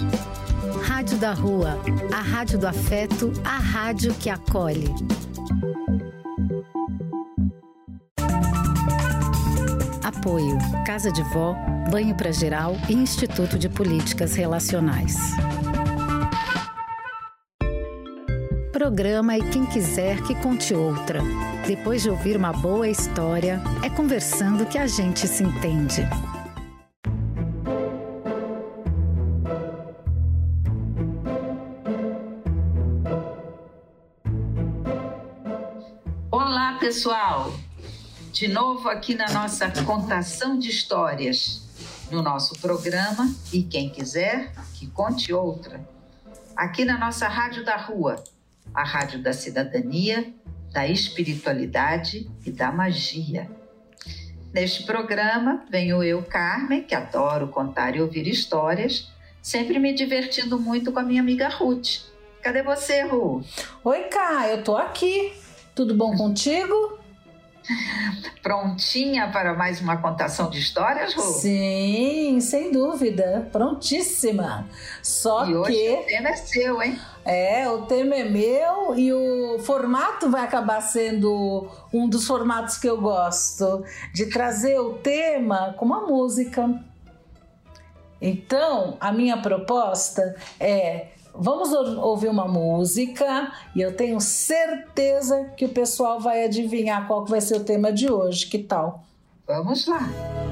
Rádio da Rua, a rádio do afeto, a rádio que acolhe. Apoio: Casa de Vó, Banho pra Geral e Instituto de Políticas Relacionais. Programa E Quem Quiser Que Conte Outra. Depois de ouvir uma boa história, é conversando que a gente se entende. Olá, pessoal! De novo aqui na nossa contação de histórias, no nosso programa E Quem Quiser Que Conte Outra. Aqui na nossa Rádio da Rua, a rádio da cidadania, da espiritualidade e da magia. Neste programa venho eu, Carmen, que adoro contar e ouvir histórias, sempre me divertindo muito com a minha amiga Ruth. Cadê você, Ru? Oi, Cá, eu tô aqui. Tudo bom contigo? Prontinha para mais uma contação de histórias, Ru? Sim, sem dúvida. Prontíssima. Só e hoje que... o tema é seu, hein? O tema é meu e o formato vai acabar sendo um dos formatos que eu gosto, de trazer o tema com uma música. Então, a minha proposta é... Vamos ouvir uma música e eu tenho certeza que o pessoal vai adivinhar qual que vai ser o tema de hoje. Que tal? Vamos lá!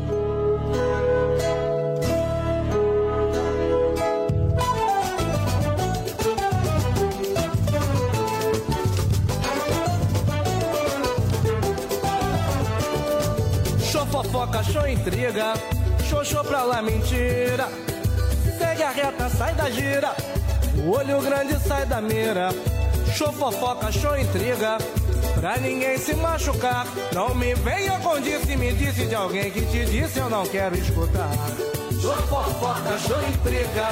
Show fofoca, show intriga, show pra lá mentira. Segue a reta, sai da gira. O olho grande sai da mira. Show fofoca, show intriga, pra ninguém se machucar. Não me venha com me disse de alguém que te disse, eu não quero escutar. Show fofoca, show intriga,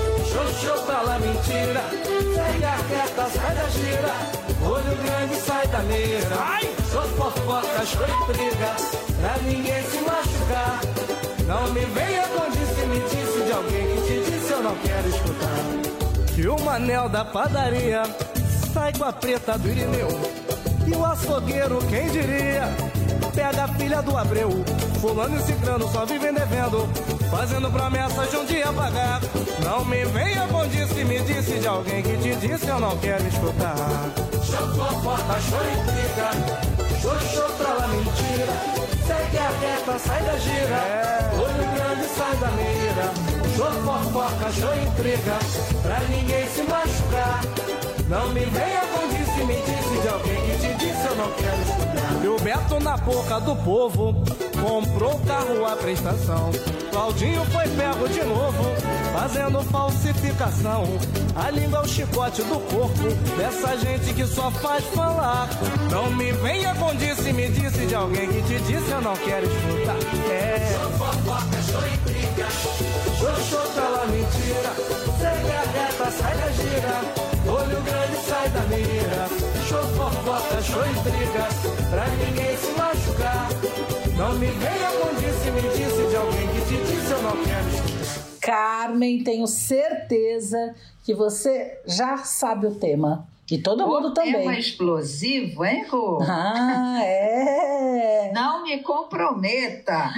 show pra lá mentira. Segue a reta, sai da gira. O olho grande sai da mira. Show fofoca, show intriga, pra ninguém se machucar. Não me venha com me disse de alguém que te disse, eu não quero escutar. E o manel da padaria sai com a preta do Irineu. E o açougueiro, quem diria, pega a filha do Abreu. Fulano e ciclano só vivem devendo, fazendo promessas de um dia pagar. Não me venha com me disse de alguém que te disse, eu não quero escutar. Show fofoca, show intriga, show pra lá mentira. Segue a reta, sai da gira. Olho grande, sai da mira. Show fofoca, show intriga, pra ninguém se machucar. Não me venha com me disse de alguém que te disse, eu não quero escutar. E o Beto na boca do povo comprou o carro à prestação. Claudinho foi pego de novo, fazendo falsificação. A língua é o chicote do corpo dessa gente que só faz falar. Não me venha com me disse de alguém que te disse, eu não quero escutar. Show fofoca, show intriga, show pra lá mentira. Segue a reta, sai da gira. Olho grande, sai da mira. Show fofoca, show intriga, pra ninguém se machucar. Não me venha com me disse de alguém que te disse, eu não quero escutar. Carmen, tenho certeza que você já sabe o tema. E todo mundo também. Tema explosivo, hein, Rô? Ah, é! Não me comprometa!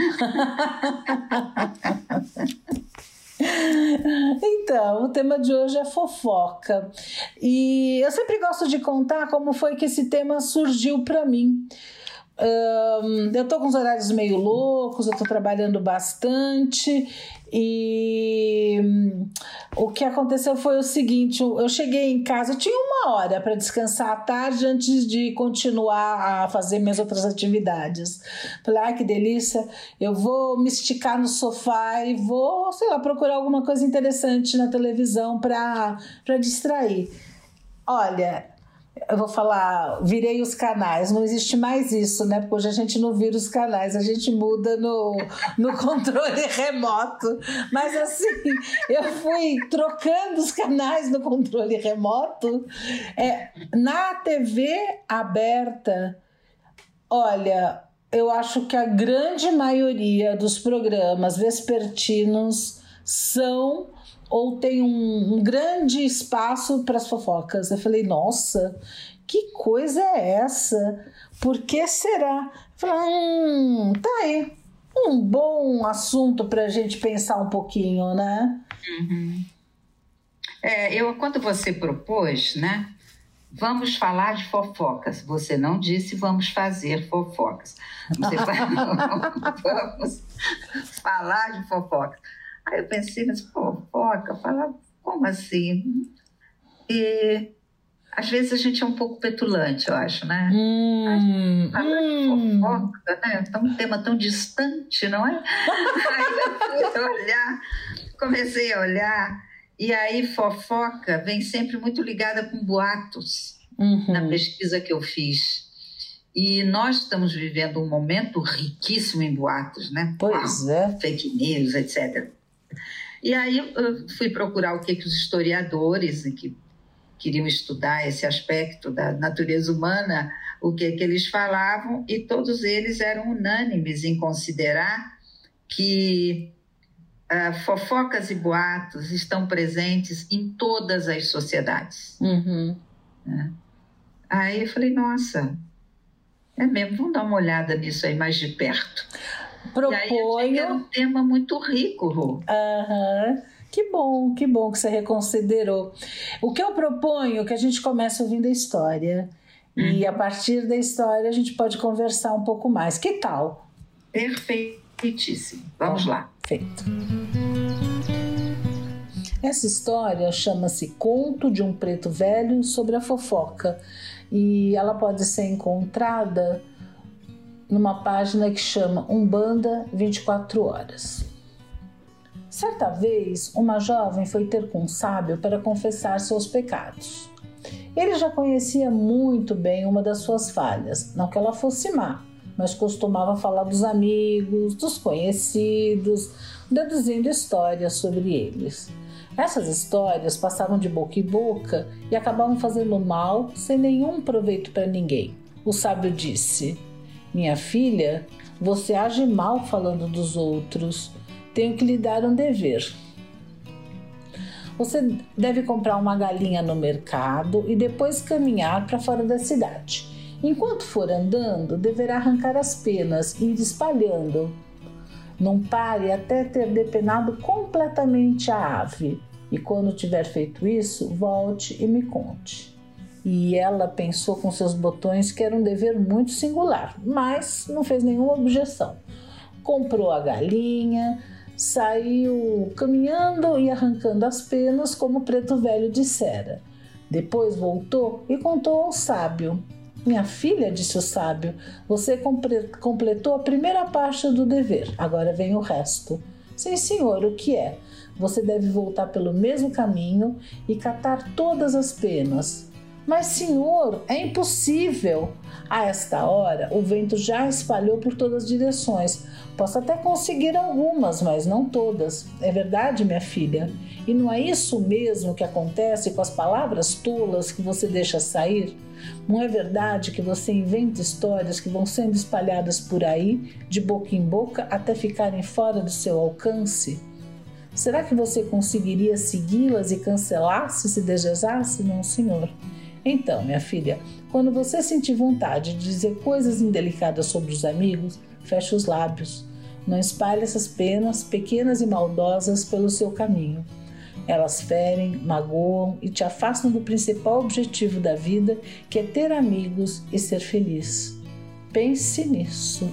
Então, o tema de hoje é fofoca. E eu sempre gosto de contar como foi que esse tema surgiu para mim. Eu tô com os horários meio loucos, eu tô trabalhando bastante e o que aconteceu foi o seguinte: eu cheguei em casa, eu tinha 1 hora para descansar à tarde antes de continuar a fazer minhas outras atividades. Falei, ai que delícia, eu vou me esticar no sofá e vou, sei lá, procurar alguma coisa interessante na televisão para distrair. Olha, eu vou falar, virei os canais, não existe mais isso, né? Porque hoje a gente não vira os canais, a gente muda no controle remoto. Mas assim, eu fui trocando os canais no controle remoto. Na TV aberta, olha, eu acho que a grande maioria dos programas vespertinos são ou tem um grande espaço para as fofocas? Eu falei, nossa, que coisa é essa? Por que será? Eu falei, tá aí, um bom assunto para a gente pensar um pouquinho, né? Uhum. Quando você propôs, né? Vamos falar de fofocas. Você não disse vamos fazer fofocas. Você vamos falar de fofocas. Aí eu pensei, mas fofoca, falar como assim? E às vezes a gente é um pouco petulante, eu acho, né? Falar de fofoca, né? É um tema tão distante, não é? Aí eu comecei a olhar. E aí, fofoca vem sempre muito ligada com boatos, na pesquisa que eu fiz. E nós estamos vivendo um momento riquíssimo em boatos, né? Pois é. Fake news, etc. E aí eu fui procurar o que os historiadores que queriam estudar esse aspecto da natureza humana, o que eles falavam, e todos eles eram unânimes em considerar que fofocas e boatos estão presentes em todas as sociedades. Aí eu falei, nossa, é mesmo, vamos dar uma olhada nisso aí mais de perto. Proponho... E aí eu achei que era um tema muito rico, Rô. Que bom que você reconsiderou. O que eu proponho é que a gente comece ouvindo a história. E a partir da história a gente pode conversar um pouco mais. Que tal? Perfeitíssimo. Vamos lá. Feito. Essa história chama-se Conto de um Preto Velho sobre a Fofoca e ela pode ser encontrada numa página que chama Umbanda 24 Horas. Certa vez, uma jovem foi ter com um sábio para confessar seus pecados. Ele já conhecia muito bem uma das suas falhas, não que ela fosse má, mas costumava falar dos amigos, dos conhecidos, deduzindo histórias sobre eles. Essas histórias passavam de boca em boca e acabavam fazendo mal sem nenhum proveito para ninguém. O sábio disse: minha filha, você age mal falando dos outros. Tenho que lhe dar um dever. Você deve comprar uma galinha no mercado e depois caminhar para fora da cidade. Enquanto for andando, deverá arrancar as penas e ir espalhando. Não pare até ter depenado completamente a ave. E quando tiver feito isso, volte e me conte. E ela pensou com seus botões que era um dever muito singular, mas não fez nenhuma objeção. Comprou a galinha, saiu caminhando e arrancando as penas como o preto velho dissera. Depois voltou e contou ao sábio. Minha filha, disse o sábio, você completou a primeira parte do dever, agora vem o resto. Sim, senhor, o que é? Você deve voltar pelo mesmo caminho e catar todas as penas. Mas, senhor, é impossível. A esta hora, o vento já espalhou por todas as direções. Posso até conseguir algumas, mas não todas. É verdade, minha filha? E não é isso mesmo que acontece com as palavras tolas que você deixa sair? Não é verdade que você inventa histórias que vão sendo espalhadas por aí, de boca em boca, até ficarem fora do seu alcance? Será que você conseguiria segui-las e cancelar-se se desejasse? Não, senhor. Então, minha filha, quando você sentir vontade de dizer coisas indelicadas sobre os amigos, feche os lábios. Não espalhe essas penas pequenas e maldosas pelo seu caminho. Elas ferem, magoam e te afastam do principal objetivo da vida, que é ter amigos e ser feliz. Pense nisso.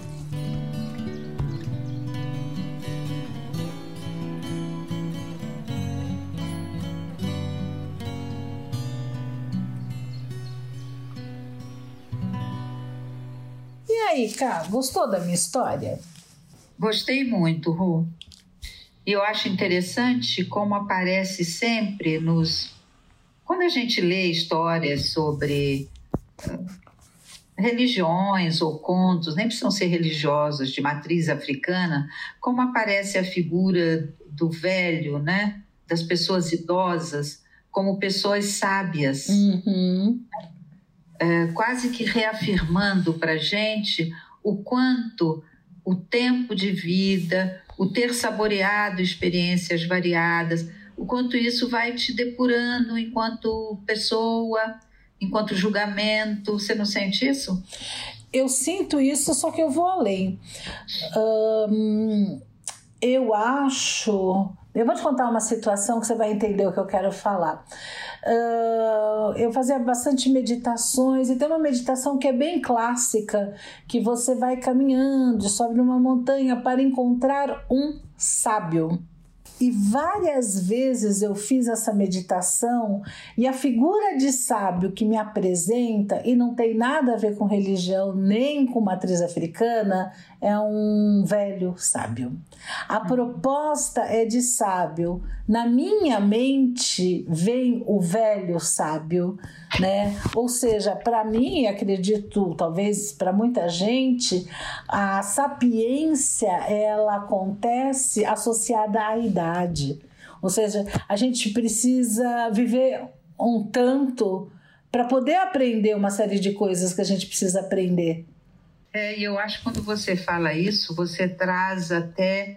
E aí, Cá, gostou da minha história? Gostei muito, Ru. E eu acho interessante como aparece sempre quando a gente lê histórias sobre religiões ou contos, nem precisam ser religiosos, de matriz africana, como aparece a figura do velho, né? Das pessoas idosas, como pessoas sábias. Quase que reafirmando para a gente o quanto o tempo de vida, o ter saboreado experiências variadas, o quanto isso vai te depurando enquanto pessoa, enquanto julgamento. Você não sente isso? Eu sinto isso, só que eu vou além. Eu acho... Eu vou te contar uma situação que você vai entender o que eu quero falar. Eu fazia bastante meditações e tem uma meditação que é bem clássica, que você vai caminhando, sobe numa montanha para encontrar um sábio. E várias vezes eu fiz essa meditação e a figura de sábio que me apresenta, e não tem nada a ver com religião nem com matriz africana, é um velho sábio. A proposta é de sábio. Na minha mente vem o velho sábio, né? Ou seja, para mim, acredito, talvez para muita gente, a sapiência ela acontece associada à idade. Ou seja, a gente precisa viver um tanto para poder aprender uma série de coisas que a gente precisa aprender. E eu acho que quando você fala isso, você traz até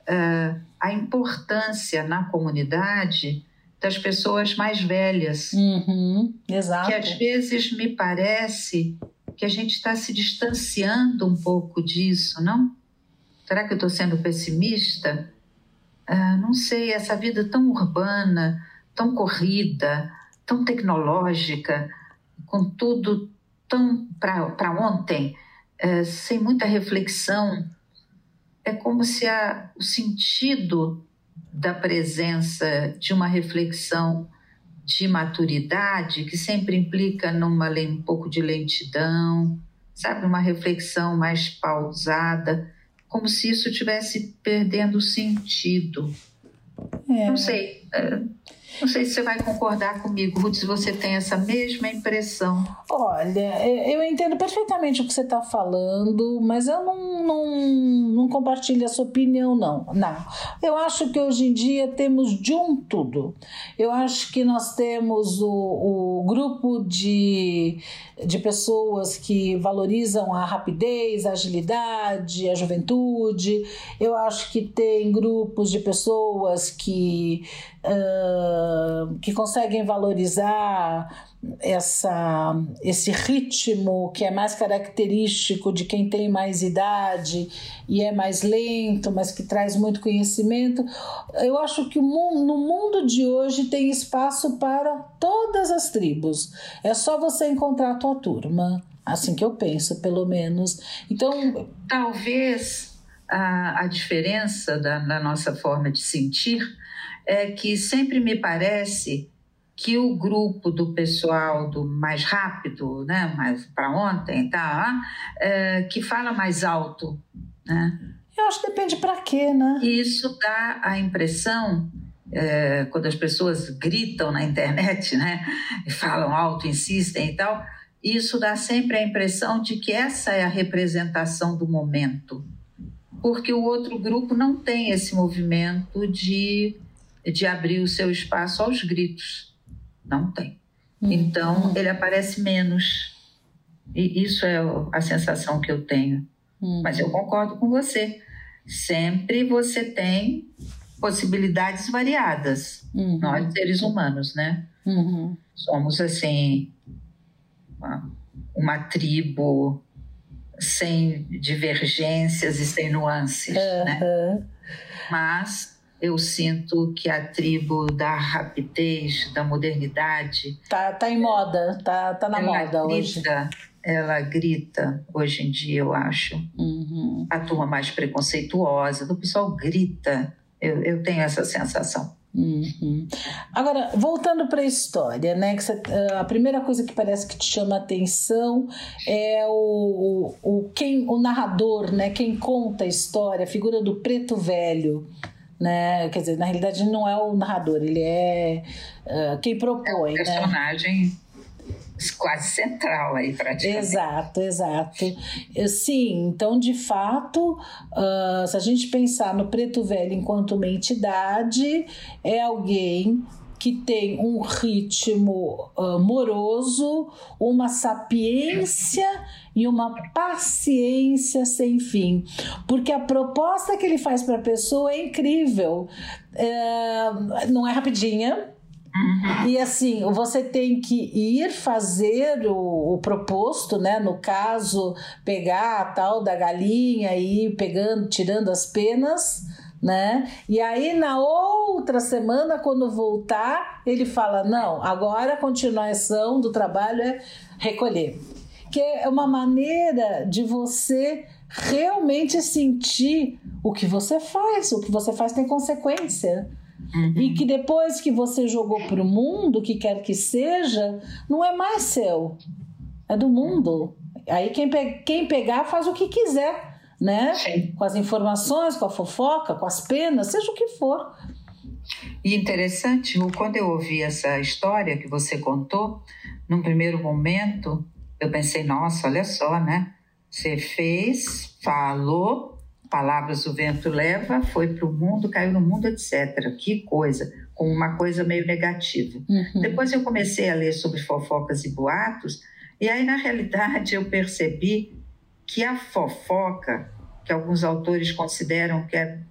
a importância na comunidade das pessoas mais velhas. Exato. Que às vezes me parece que a gente está se distanciando um pouco disso, não? Será que eu estou sendo pessimista? Não sei, essa vida tão urbana, tão corrida, tão tecnológica, com tudo tão para ontem, sem muita reflexão, é como se o sentido da presença de uma reflexão de maturidade, que sempre implica um pouco de lentidão, sabe, uma reflexão mais pausada, como se isso estivesse perdendo sentido. Não sei se você vai concordar comigo, Ruth, se você tem essa mesma impressão. Olha, eu entendo perfeitamente o que você está falando, mas eu não compartilho a sua opinião, não. Eu acho que hoje em dia temos de um tudo. Eu acho que nós temos o grupo de pessoas que valorizam a rapidez, a agilidade, a juventude. Eu acho que tem grupos de pessoas que conseguem valorizar esse ritmo que é mais característico de quem tem mais idade e é mais lento, mas que traz muito conhecimento. Eu acho que no mundo de hoje tem espaço para todas as tribos. É só você encontrar a tua turma. Assim que eu penso, pelo menos. Então, talvez a diferença da nossa forma de sentir é que sempre me parece que o grupo do pessoal do mais rápido, né, mais para ontem, que fala mais alto, né? Eu acho que depende para quê, né? E isso dá a impressão, quando as pessoas gritam na internet, né, e falam alto, insistem e tal, isso dá sempre a impressão de que essa é a representação do momento, porque o outro grupo não tem esse movimento de abrir o seu espaço aos gritos. Não tem. Então, ele aparece menos. E isso é a sensação que eu tenho. Mas eu concordo com você. Sempre você tem possibilidades variadas. Nós, seres humanos, né? Somos, assim, uma tribo sem divergências e sem nuances, né? Mas eu sinto que a tribo da rapidez, da modernidade... Tá em moda, tá na moda hoje. Ela grita hoje em dia, eu acho. A turma mais preconceituosa, o pessoal grita. Eu tenho essa sensação. Agora, voltando para a história, né, a primeira coisa que parece que te chama a atenção é o narrador, né, quem conta a história, a figura do preto velho. Né? Quer dizer, na realidade não é o narrador, ele é quem propõe. É um personagem quase central aí, praticamente. Exato. Sim, então, de fato, se a gente pensar no preto velho enquanto uma entidade, é alguém que tem um ritmo moroso, uma sapiência e uma paciência sem fim. Porque a proposta que ele faz para a pessoa é incrível. Não é rapidinha. Uhum. E assim, você tem que ir fazer o proposto, né? No caso, pegar a tal da galinha e ir pegando, tirando as penas, né? E aí na outra semana, quando voltar, ele fala: não, agora a continuação do trabalho é recolher. Que é uma maneira de você realmente sentir o que você faz. O que você faz tem consequência. Uhum. E que depois que você jogou para o mundo, o que quer que seja, não é mais seu, é do mundo. Aí quem pegar faz o que quiser, né? Sim. Com as informações, com a fofoca, com as penas, seja o que for. E interessante, quando eu ouvi essa história que você contou, num primeiro momento, eu pensei: nossa, olha só, né? Você fez, falou, palavras o vento leva, foi para o mundo, caiu no mundo, etc. Que coisa, com uma coisa meio negativa. Uhum. Depois eu comecei a ler sobre fofocas e boatos, e aí, na realidade, eu percebi que a fofoca, que alguns autores consideram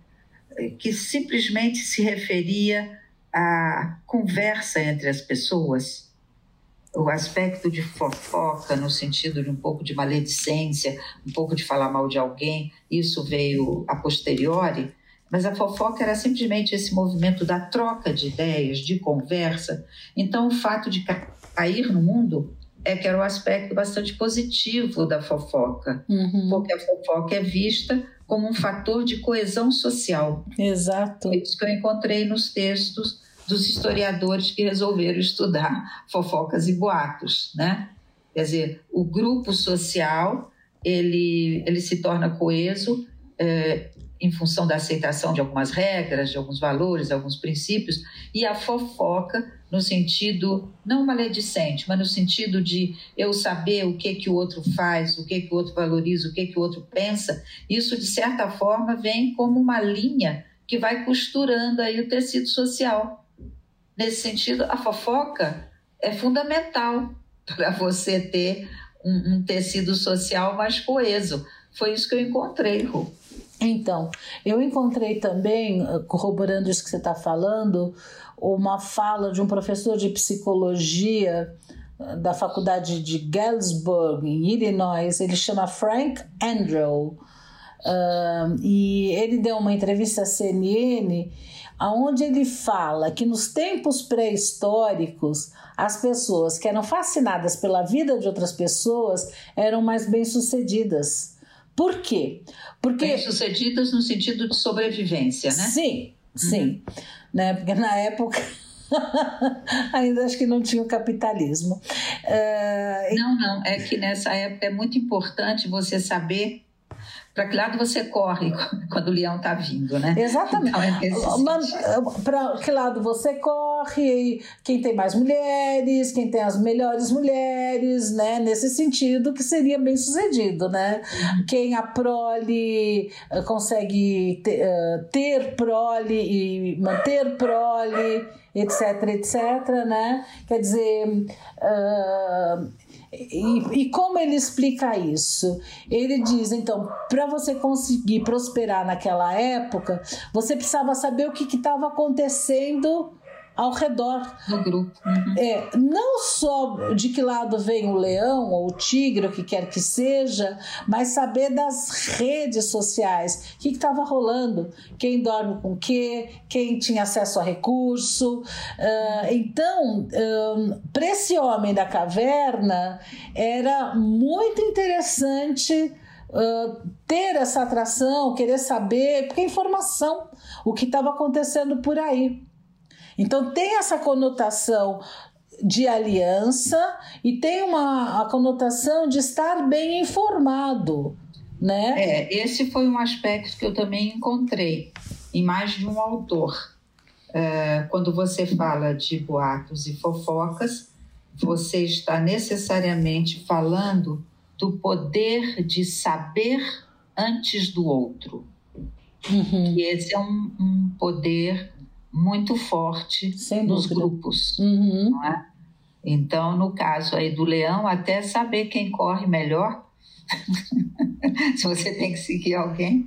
que simplesmente se referia à conversa entre as pessoas, o aspecto de fofoca no sentido de um pouco de maledicência, um pouco de falar mal de alguém, isso veio a posteriori, mas a fofoca era simplesmente esse movimento da troca de ideias, de conversa. Então, o fato de cair no mundo que era um aspecto bastante positivo da fofoca, porque a fofoca é vista como um fator de coesão social. Exato. É isso que eu encontrei nos textos dos historiadores que resolveram estudar fofocas e boatos, né? Quer dizer, o grupo social, ele se torna coeso em função da aceitação de algumas regras, de alguns valores, de alguns princípios, e a fofoca no sentido, não maledicente, mas no sentido de eu saber o que o outro faz, o que o outro valoriza, o que o outro pensa, isso, de certa forma, vem como uma linha que vai costurando aí o tecido social. Nesse sentido, a fofoca é fundamental para você ter um tecido social mais coeso. Foi isso que eu encontrei, Rô. Então, eu encontrei também, corroborando isso que você está falando, uma fala de um professor de psicologia da faculdade de Galesburg, em Illinois. Ele chama Frank Andrew, e ele deu uma entrevista à CNN, onde ele fala que nos tempos pré-históricos as pessoas que eram fascinadas pela vida de outras pessoas eram mais bem-sucedidas. Por quê? Porque bem-sucedidas no sentido de sobrevivência, né? Sim, sim. Né? Porque na época ainda acho que não tinha o capitalismo. Não. É que nessa época é muito importante você saber para que lado você corre quando o leão está vindo, né? Exatamente. Então, para que lado você corre, quem tem mais mulheres, quem tem as melhores mulheres, né? Nesse sentido que seria bem sucedido, né? Quem a prole consegue ter prole e manter prole, etc, né? Quer dizer... E como ele explica isso? Ele diz, então, para você conseguir prosperar naquela época, você precisava saber o que estava acontecendo ao redor do grupo. Não só de que lado vem o leão ou o tigre, o que quer que seja, mas saber das redes sociais, o que estava rolando, quem dorme com o quê, quem tinha acesso a recurso. Então, para esse homem da caverna, era muito interessante ter essa atração, querer saber, porque é informação, o que estava acontecendo por aí. Então tem essa conotação de aliança e tem a conotação de estar bem informado, né? Esse foi um aspecto que eu também encontrei em mais de um autor. Quando você fala de boatos e fofocas, você está necessariamente falando do poder de saber antes do outro. E esse é um poder muito forte nos grupos, não é? Então, no caso aí do leão, até saber quem corre melhor, se você tem que seguir alguém,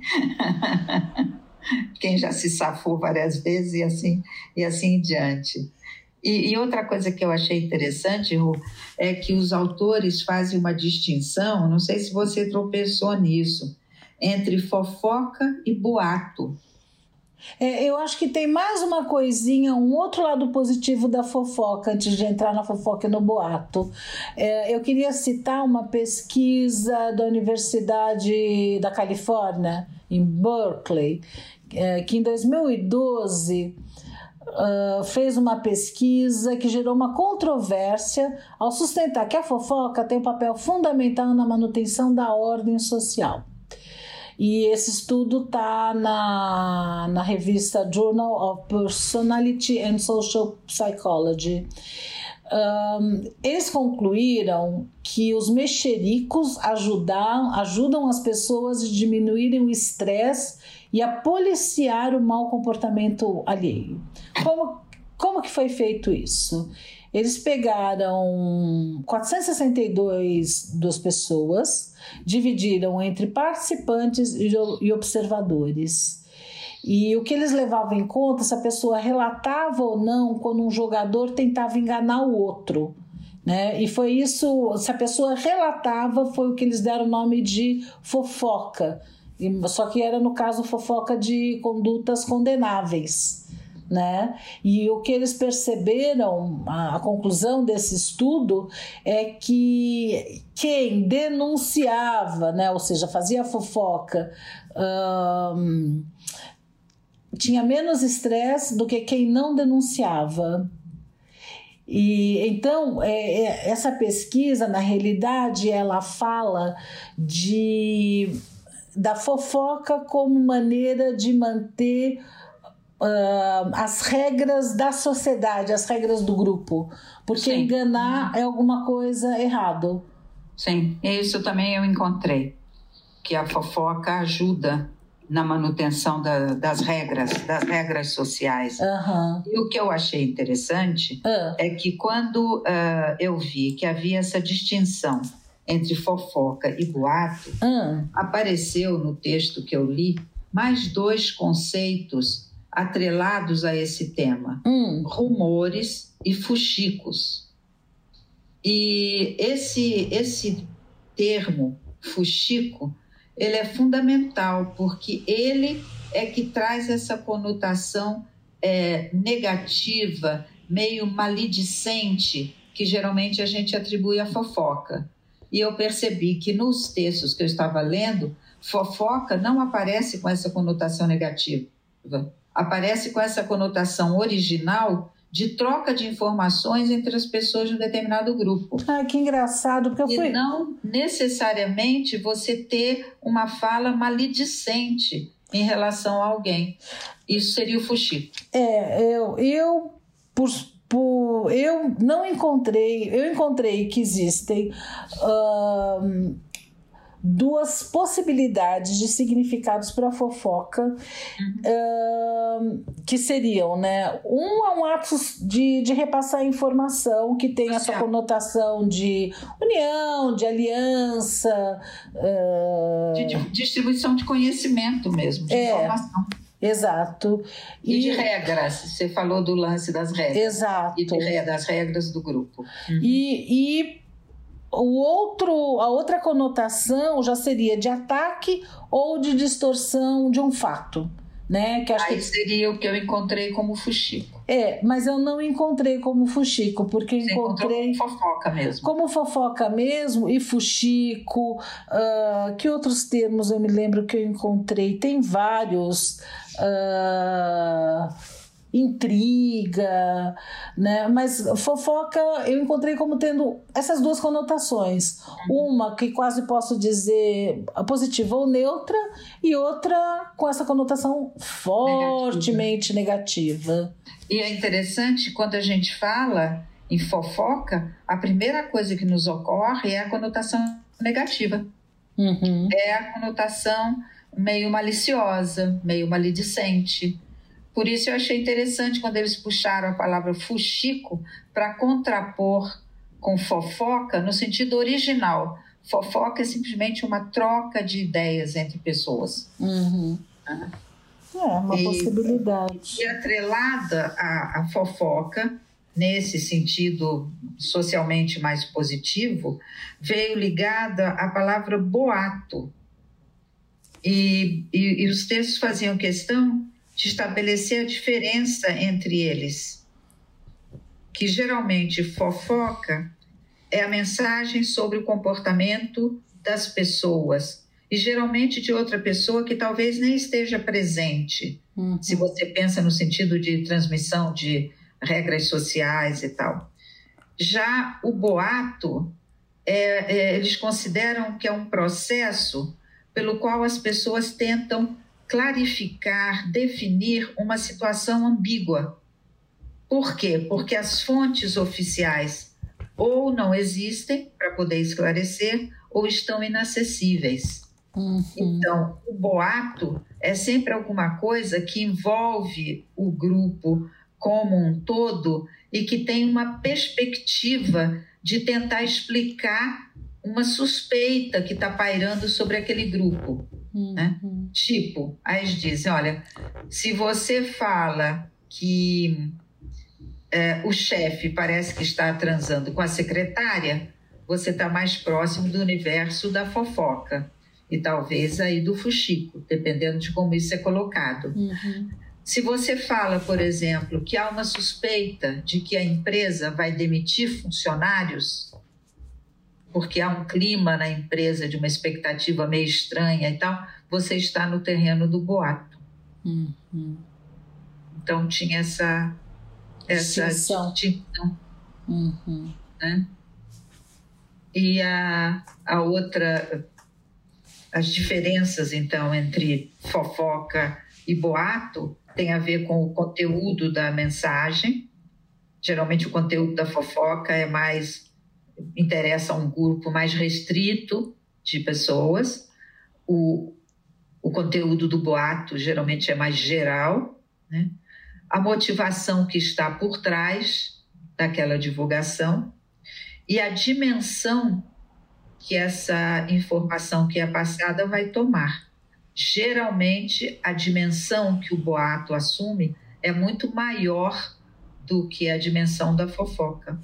quem já se safou várias vezes e assim em diante. E outra coisa que eu achei interessante, Ru, é que os autores fazem uma distinção, não sei se você tropeçou nisso, entre fofoca e boato. Eu acho que tem mais uma coisinha, um outro lado positivo da fofoca, antes de entrar na fofoca e no boato. Eu queria citar uma pesquisa da Universidade da Califórnia, em Berkeley, que em 2012 fez uma pesquisa que gerou uma controvérsia ao sustentar que a fofoca tem um papel fundamental na manutenção da ordem social. E esse estudo está na revista Journal of Personality and Social Psychology. Eles concluíram que os mexericos ajudam as pessoas a diminuírem o estresse e a policiar o mau comportamento alheio. Como que foi feito isso? Eles pegaram 462 pessoas, dividiram entre participantes e observadores. E o que eles levavam em conta, se a pessoa relatava ou não quando um jogador tentava enganar o outro, né? E foi isso, se a pessoa relatava, foi o que eles deram o nome de fofoca. Só que era, no caso, fofoca de condutas condenáveis, né? E o que eles perceberam, a conclusão desse estudo é que quem denunciava, né, ou seja, fazia fofoca, tinha menos estresse do que quem não denunciava. E então essa pesquisa, na realidade, ela fala da fofoca como maneira de manter as regras da sociedade, as regras do grupo, porque sim, enganar é alguma coisa errado. Sim, isso também eu encontrei, que a fofoca ajuda na manutenção das regras sociais. E o que eu achei interessante é que quando eu vi que havia essa distinção entre fofoca e boato, apareceu no texto que eu li mais dois conceitos atrelados a esse tema, rumores e fuxicos. E esse termo, fuxico, ele é fundamental, porque ele é que traz essa conotação negativa, meio maledicente, que geralmente a gente atribui à fofoca. E eu percebi que nos textos que eu estava lendo, fofoca não aparece com essa conotação negativa, aparece com essa conotação original de troca de informações entre as pessoas de um determinado grupo. Ah, que engraçado, porque E não necessariamente você ter uma fala maledicente em relação a alguém. Isso seria o fuxico. Eu não encontrei, eu encontrei que existem duas possibilidades de significados para a fofoca, que seriam, né? Um é um ato de repassar informação que tem essa conotação de união, de aliança, de distribuição de conhecimento mesmo, de informação. Exato. E de regras, você falou do lance das regras. Exato. E das regras do grupo. E a outra conotação já seria de ataque ou de distorção de um fato, né? Que Aí seria o que eu encontrei como fuxico. Mas eu não encontrei como fuxico, porque Você encontrei como fofoca mesmo. Como fofoca mesmo, e fuxico. Que outros termos eu me lembro que eu encontrei? Tem vários. Intriga, né? Mas fofoca eu encontrei como tendo essas duas conotações. Uma que quase posso dizer positiva ou neutra, e outra com essa conotação fortemente negativa. E é interessante, quando a gente fala em fofoca, a primeira coisa que nos ocorre é a conotação negativa. É a conotação meio maliciosa, meio maledicente. Por isso eu achei interessante quando eles puxaram a palavra fuxico para contrapor com fofoca no sentido original. Fofoca é simplesmente uma troca de ideias entre pessoas. É uma possibilidade. E atrelada à fofoca, nesse sentido socialmente mais positivo, veio ligada a palavra boato. E os textos faziam questão de estabelecer a diferença entre eles, que geralmente fofoca é a mensagem sobre o comportamento das pessoas, e geralmente de outra pessoa que talvez nem esteja presente, se você pensa no sentido de transmissão de regras sociais e tal. Já o boato, eles consideram que é um processo pelo qual as pessoas tentam clarificar, definir uma situação ambígua. Por quê? Porque as fontes oficiais ou não existem para poder esclarecer ou estão inacessíveis. Então, o boato é sempre alguma coisa que envolve o grupo como um todo e que tem uma perspectiva de tentar explicar uma suspeita que está pairando sobre aquele grupo. Né? Tipo, aí eles dizem, olha, se você fala que o chefe parece que está transando com a secretária, você está mais próximo do universo da fofoca e talvez aí do fuxico, dependendo de como isso é colocado. Se você fala, por exemplo, que há uma suspeita de que a empresa vai demitir funcionários, porque há um clima na empresa de uma expectativa meio estranha e tal, você está no terreno do boato. Então tinha essa distinção. Né? E a outra, as diferenças, então, entre fofoca e boato tem a ver com o conteúdo da mensagem. Geralmente o conteúdo da fofoca interessa a um grupo mais restrito de pessoas. O conteúdo do boato geralmente é mais geral, né? A motivação que está por trás daquela divulgação e a dimensão que essa informação que é passada vai tomar. Geralmente, a dimensão que o boato assume é muito maior do que a dimensão da fofoca.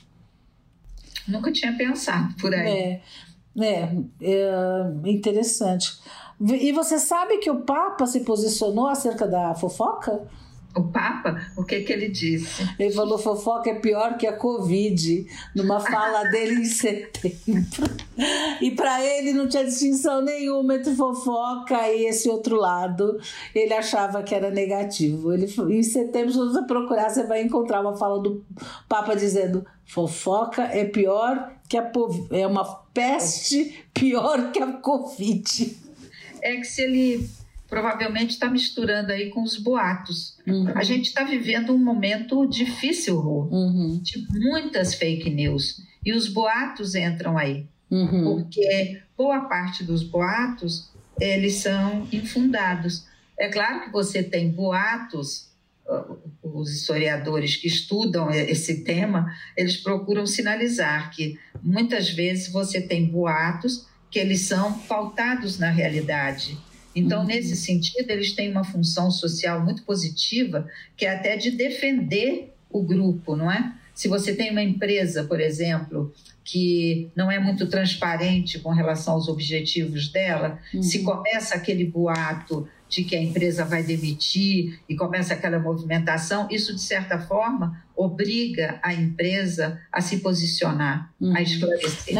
Nunca tinha pensado por aí. É interessante. E você sabe que o Papa se posicionou acerca da fofoca? O Papa, o que ele disse? Ele falou: fofoca é pior que a Covid, numa fala dele em setembro. E para ele não tinha distinção nenhuma entre fofoca e esse outro lado. Ele achava que era negativo. Em setembro, se você procurar, você vai encontrar uma fala do Papa dizendo: fofoca é pior que é uma peste pior que a Covid. É que se ele provavelmente está misturando aí com os boatos. A gente está vivendo um momento difícil, Rô, de muitas fake news. E os boatos entram aí. Porque boa parte dos boatos, eles são infundados. É claro que você tem boatos, os historiadores que estudam esse tema, eles procuram sinalizar que muitas vezes você tem boatos que eles são pautados na realidade. Então, nesse sentido, eles têm uma função social muito positiva, que é até de defender o grupo, não é? Se você tem uma empresa, por exemplo, que não é muito transparente com relação aos objetivos dela, se começa aquele boato de que a empresa vai demitir e começa aquela movimentação, isso, de certa forma, obriga a empresa a se posicionar, a esclarecer.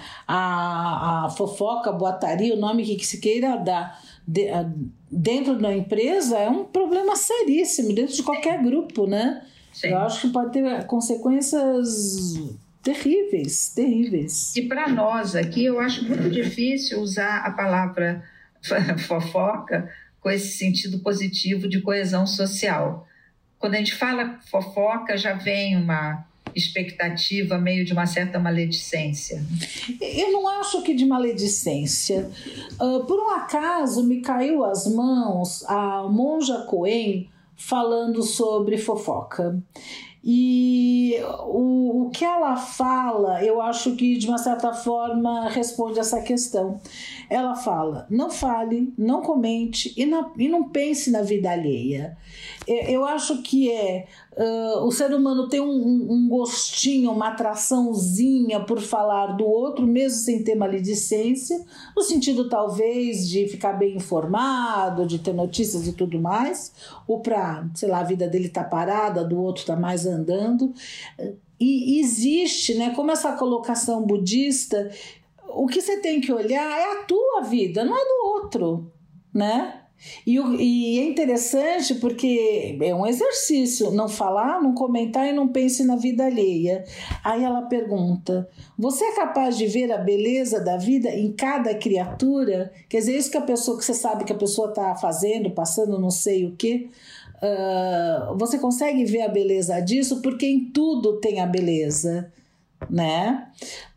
A fofoca, a boataria, o nome que se queira dar dentro da empresa é um problema seríssimo, dentro de qualquer grupo, né? Sim. Eu acho que pode ter consequências terríveis. E para nós aqui, eu acho muito difícil usar a palavra fofoca com esse sentido positivo de coesão social. Quando a gente fala fofoca, já vem uma expectativa meio de uma certa maledicência. Eu não acho que de maledicência. Por um acaso, me caiu às mãos a Monja Coen, falando sobre fofoca. E o que ela fala, eu acho que de uma certa forma responde essa questão. Ela fala, não fale, não comente e não pense na vida alheia. Eu acho que o ser humano tem um gostinho, uma atraçãozinha por falar do outro, mesmo sem ter maledicência, no sentido talvez de ficar bem informado, de ter notícias e tudo mais, ou para, sei lá, a vida dele tá parada, do outro tá mais andando. E existe, né, como essa colocação budista, o que você tem que olhar é a tua vida, não é do outro, né? E é interessante porque é um exercício, não falar, não comentar e não pense na vida alheia. Aí ela pergunta, você é capaz de ver a beleza da vida em cada criatura? Quer dizer, isso que você sabe que a pessoa está fazendo, passando não sei o quê, você consegue ver a beleza disso? Porque em tudo tem a beleza, né?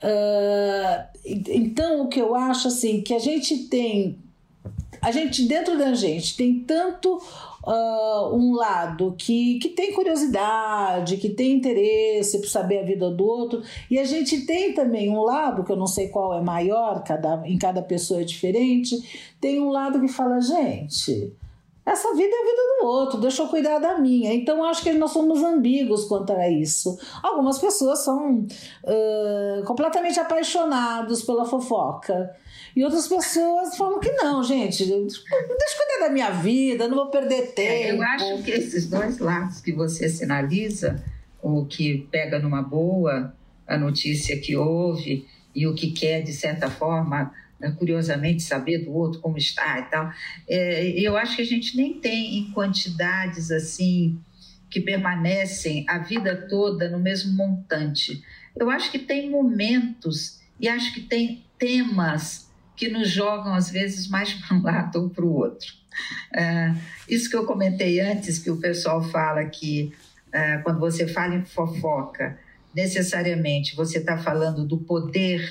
Então o que eu acho assim, que a gente dentro da gente tem tanto um lado que tem curiosidade, que tem interesse por saber a vida do outro, e a gente tem também um lado, que eu não sei qual é maior, em cada pessoa é diferente, tem um lado que fala, gente, essa vida é a vida do outro, deixa eu cuidar da minha. Então acho que nós somos ambíguos quanto a isso. Algumas pessoas são completamente apaixonados pela fofoca, e outras pessoas falam que não, gente, deixa eu cuidar da minha vida, não vou perder tempo. Eu acho que esses dois lados que você sinaliza, o que pega numa boa a notícia que houve e o que quer, de certa forma, curiosamente saber do outro como está e tal, eu acho que a gente nem tem em quantidades assim que permanecem a vida toda no mesmo montante. Eu acho que tem momentos e acho que tem temas que nos jogam às vezes mais para um lado ou para o outro. Isso que eu comentei antes, que o pessoal fala que quando você fala em fofoca, necessariamente você está falando do poder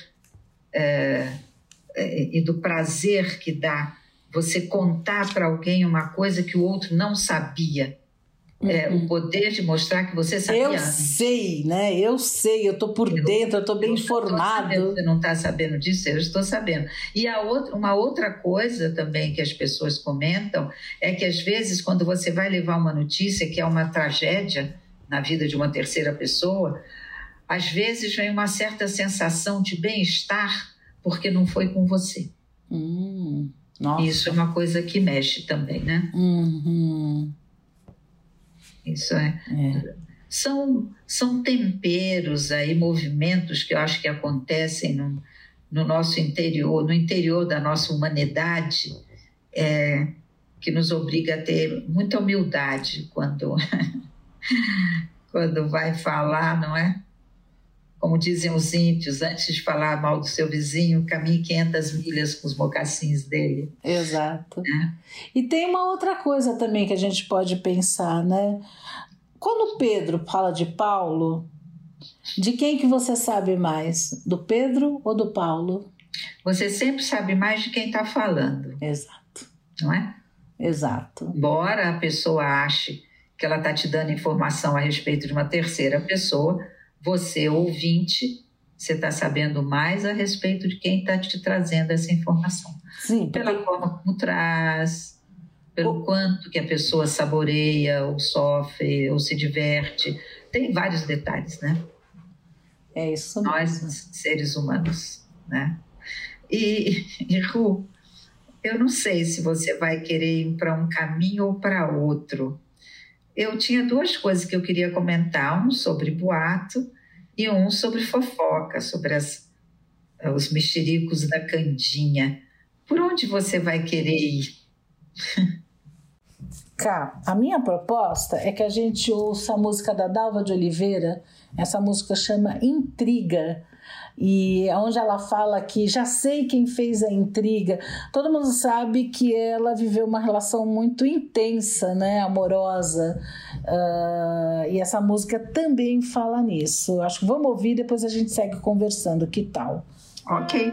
e do prazer que dá você contar para alguém uma coisa que o outro não sabia. O poder de mostrar que você sabia. Eu sei, né? Eu sei, eu estou por dentro, eu estou bem informado. Você não está sabendo disso? Eu estou sabendo. E uma outra coisa também que as pessoas comentam é que às vezes quando você vai levar uma notícia que é uma tragédia na vida de uma terceira pessoa, às vezes vem uma certa sensação de bem-estar porque não foi com você. Nossa. Isso é uma coisa que mexe também, né? Isso são temperos aí, movimentos que eu acho que acontecem no nosso interior, no interior da nossa humanidade, que nos obriga a ter muita humildade quando vai falar, não é? Como dizem os índios, antes de falar mal do seu vizinho, caminhe 500 milhas com os mocassins dele. Exato. E tem uma outra coisa também que a gente pode pensar, né? Quando Pedro fala de Paulo, de quem que você sabe mais? Do Pedro ou do Paulo? Você sempre sabe mais de quem está falando. Exato. Não é? Exato. Embora a pessoa ache que ela está te dando informação a respeito de uma terceira pessoa, você, ouvinte, você está sabendo mais a respeito de quem está te trazendo essa informação. Sim, pela forma como traz, pelo quanto que a pessoa saboreia, ou sofre, ou se diverte. Tem vários detalhes, né? É isso mesmo. Nós, seres humanos, né? E Ru, eu não sei se você vai querer ir para um caminho ou para outro. Eu tinha duas coisas que eu queria comentar, um sobre boato e um sobre fofoca, sobre os mexericos da Candinha. Por onde você vai querer ir? Cá, a minha proposta é que a gente ouça a música da Dalva de Oliveira. Essa música chama Intriga, e onde ela fala que já sei quem fez a intriga. Todo mundo sabe que ela viveu uma relação muito intensa, né, amorosa, e essa música também fala nisso. Acho que vamos ouvir, depois a gente segue conversando, que tal? Ok.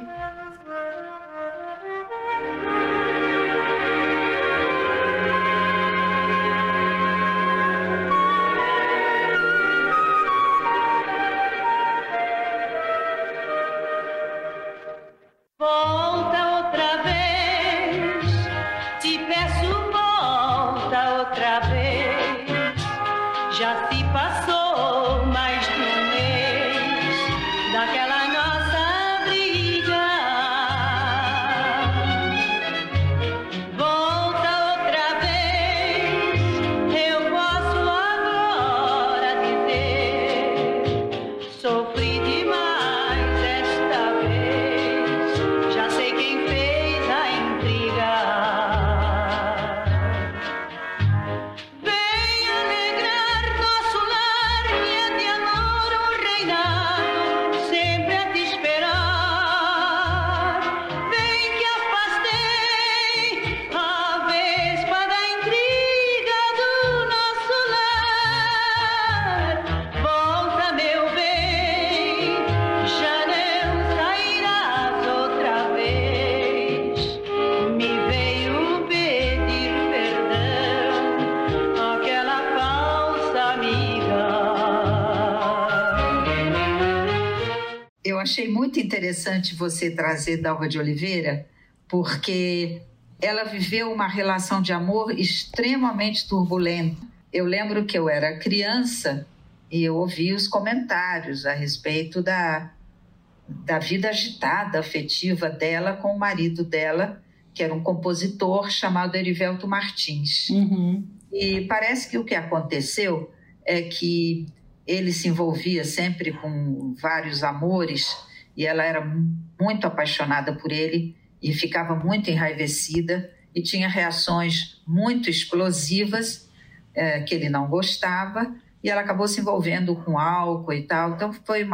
achei muito interessante você trazer Dalva de Oliveira, porque ela viveu uma relação de amor extremamente turbulenta. Eu lembro que eu era criança e eu ouvi os comentários a respeito da vida agitada, afetiva dela com o marido dela, que era um compositor chamado Erivelto Martins. Uhum. E parece que o que aconteceu é que ele se envolvia sempre com vários amores e ela era muito apaixonada por ele e ficava muito enraivecida e tinha reações muito explosivas que ele não gostava, e ela acabou se envolvendo com álcool e tal. Então foi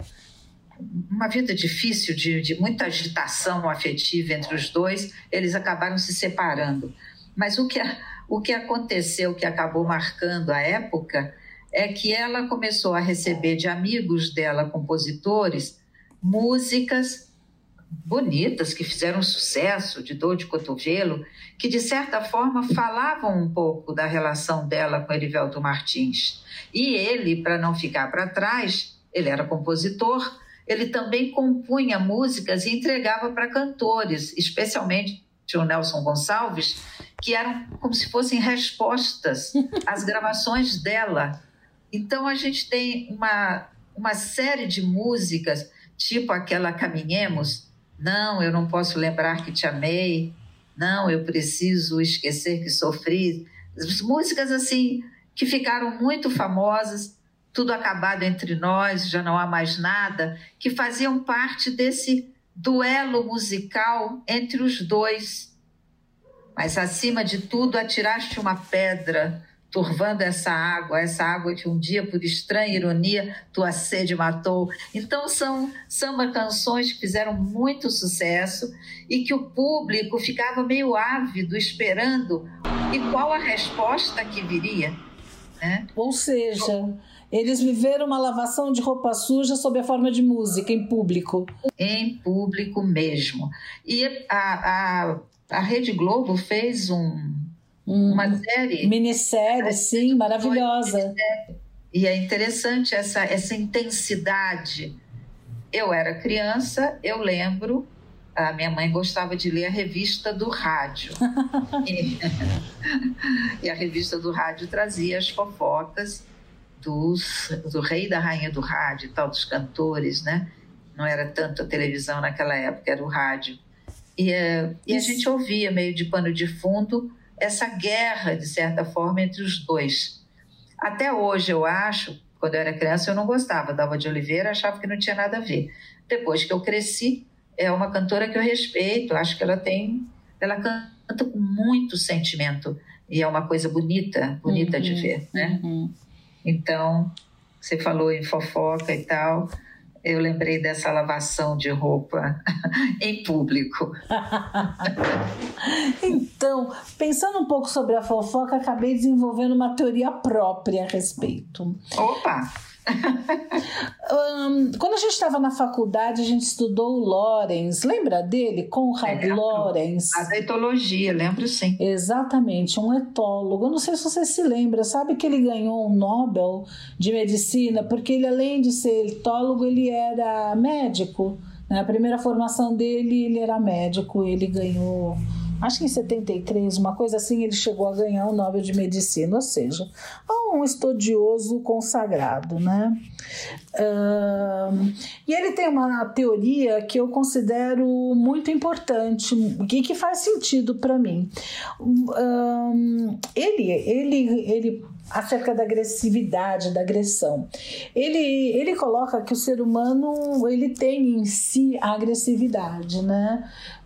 uma vida difícil, de muita agitação afetiva entre os dois. Eles acabaram se separando. Mas o que aconteceu, que acabou marcando a época, é que ela começou a receber de amigos dela, compositores, músicas bonitas, que fizeram sucesso, de Dor de Cotovelo, que de certa forma falavam um pouco da relação dela com Erivelto Martins. E ele, para não ficar para trás, ele era compositor, ele também compunha músicas e entregava para cantores, especialmente o Nelson Gonçalves, que eram como se fossem respostas às gravações dela. Então a gente tem uma série de músicas, tipo aquela Caminhemos, Não, eu não posso lembrar que te amei, Não, eu preciso esquecer que sofri. Músicas assim que ficaram muito famosas, Tudo acabado entre nós, Já não há mais nada, que faziam parte desse duelo musical entre os dois. Mas acima de tudo atiraste uma pedra, turvando essa água que um dia, por estranha ironia, tua sede matou. Então são canções que fizeram muito sucesso e que o público ficava meio ávido, esperando e qual a resposta que viria, né? Ou seja, eles viveram uma lavação de roupa suja sob a forma de música, em público. Em público mesmo. E a Rede Globo fez uma série... Minissérie, sim, maravilhosa. E é interessante essa intensidade. Eu era criança, eu lembro, a minha mãe gostava de ler a revista do rádio. E a revista do rádio trazia as fofocas do rei e da rainha do rádio e tal, dos cantores, né? Não era tanto a televisão naquela época, era o rádio. E a gente ouvia, meio de pano de fundo, essa guerra, de certa forma, entre os dois. Até hoje, eu acho, quando eu era criança, eu não gostava da Dalva de Oliveira, achava que não tinha nada a ver. Depois que eu cresci, é uma cantora que eu respeito, acho que ela canta com muito sentimento, e é uma coisa bonita de ver, né? Uhum. Então, você falou em fofoca e tal, eu lembrei dessa lavação de roupa em público. Então, pensando um pouco sobre a fofoca, acabei desenvolvendo uma teoria própria a respeito. Opa! Quando a gente estava na faculdade, a gente estudou o Lorenz. Lembra dele? Konrad Lorenz. A da etologia, lembro sim. Exatamente, um etólogo. Eu não sei se você se lembra, sabe que ele ganhou um Nobel de Medicina porque ele, além de ser etólogo, ele era médico. A primeira formação dele, ele era médico. Ele ganhou, acho que em 73, uma coisa assim, ele chegou a ganhar o Nobel de Medicina, ou seja, um estudioso consagrado, né? E ele tem uma teoria que eu considero muito importante e que faz sentido para mim. Ele acerca da agressividade, da agressão. Ele coloca que o ser humano ele tem em si a agressividade, né?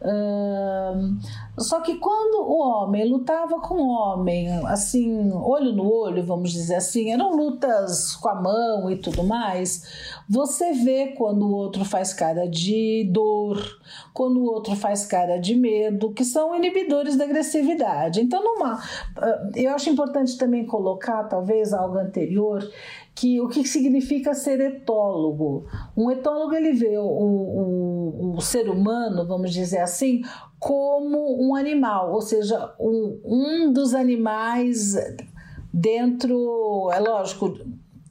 Só que quando o homem lutava com o homem, assim, olho no olho, vamos dizer assim, eram lutas com a mão e tudo mais, você vê quando o outro faz cara de dor, quando o outro faz cara de medo, que são inibidores da agressividade. Então, eu acho importante também colocar, talvez, algo anterior, que o que significa ser etólogo. Um etólogo, ele vê o ser humano, vamos dizer assim, como um animal, ou seja, um dos animais dentro, é lógico,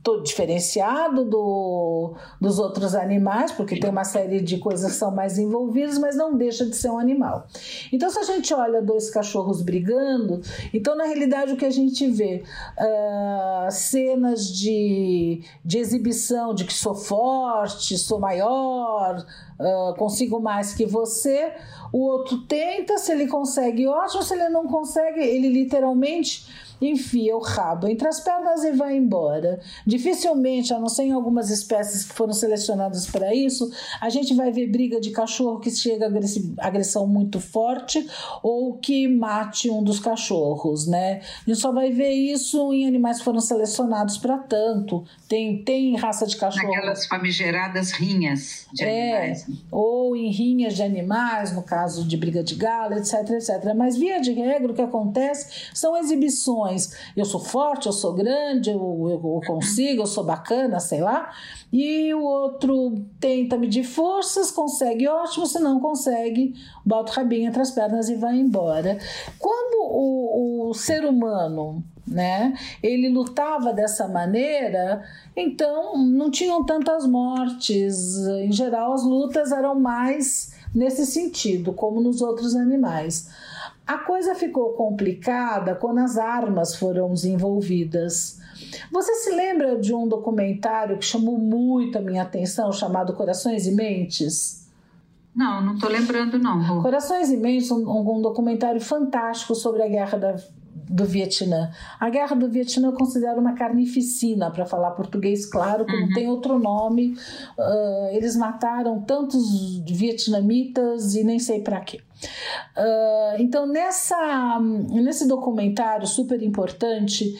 diferenciado dos outros animais, porque tem uma série de coisas que são mais envolvidas, mas não deixa de ser um animal. Então, se a gente olha 2 cachorros brigando, então, na realidade, o que a gente vê? Cenas de exibição de que sou forte, sou maior, consigo mais que você. O outro tenta, se ele consegue, ótimo, se ele não consegue, ele literalmente enfia o rabo entre as pernas e vai embora. Dificilmente, a não ser em algumas espécies que foram selecionadas para isso, a gente vai ver briga de cachorro que chega a agressão muito forte ou que mate um dos cachorros, né? A gente só vai ver isso em animais que foram selecionados para tanto. Tem raça de cachorro... Naquelas famigeradas rinhas de animais. Ou em rinhas de animais, no caso de briga de galo, etc, etc. Mas, via de regra, o que acontece são exibições. Eu sou forte, eu sou grande, eu consigo, eu sou bacana, sei lá. E o outro tenta medir forças, consegue, ótimo. Se não consegue, bota o rabinho entre as pernas e vai embora. Quando o ser humano, né, ele lutava dessa maneira, então não tinham tantas mortes. Em geral, as lutas eram mais nesse sentido, como nos outros animais. A coisa ficou complicada quando as armas foram desenvolvidas. Você se lembra de um documentário que chamou muito a minha atenção, chamado Corações e Mentes? Não estou lembrando, não. Corações e Mentes, um documentário fantástico sobre a guerra do Vietnã. A guerra do Vietnã eu considero uma carnificina, para falar português claro, que não tem outro nome. Eles mataram tantos vietnamitas e nem sei para quê. Então, nesse documentário super importante,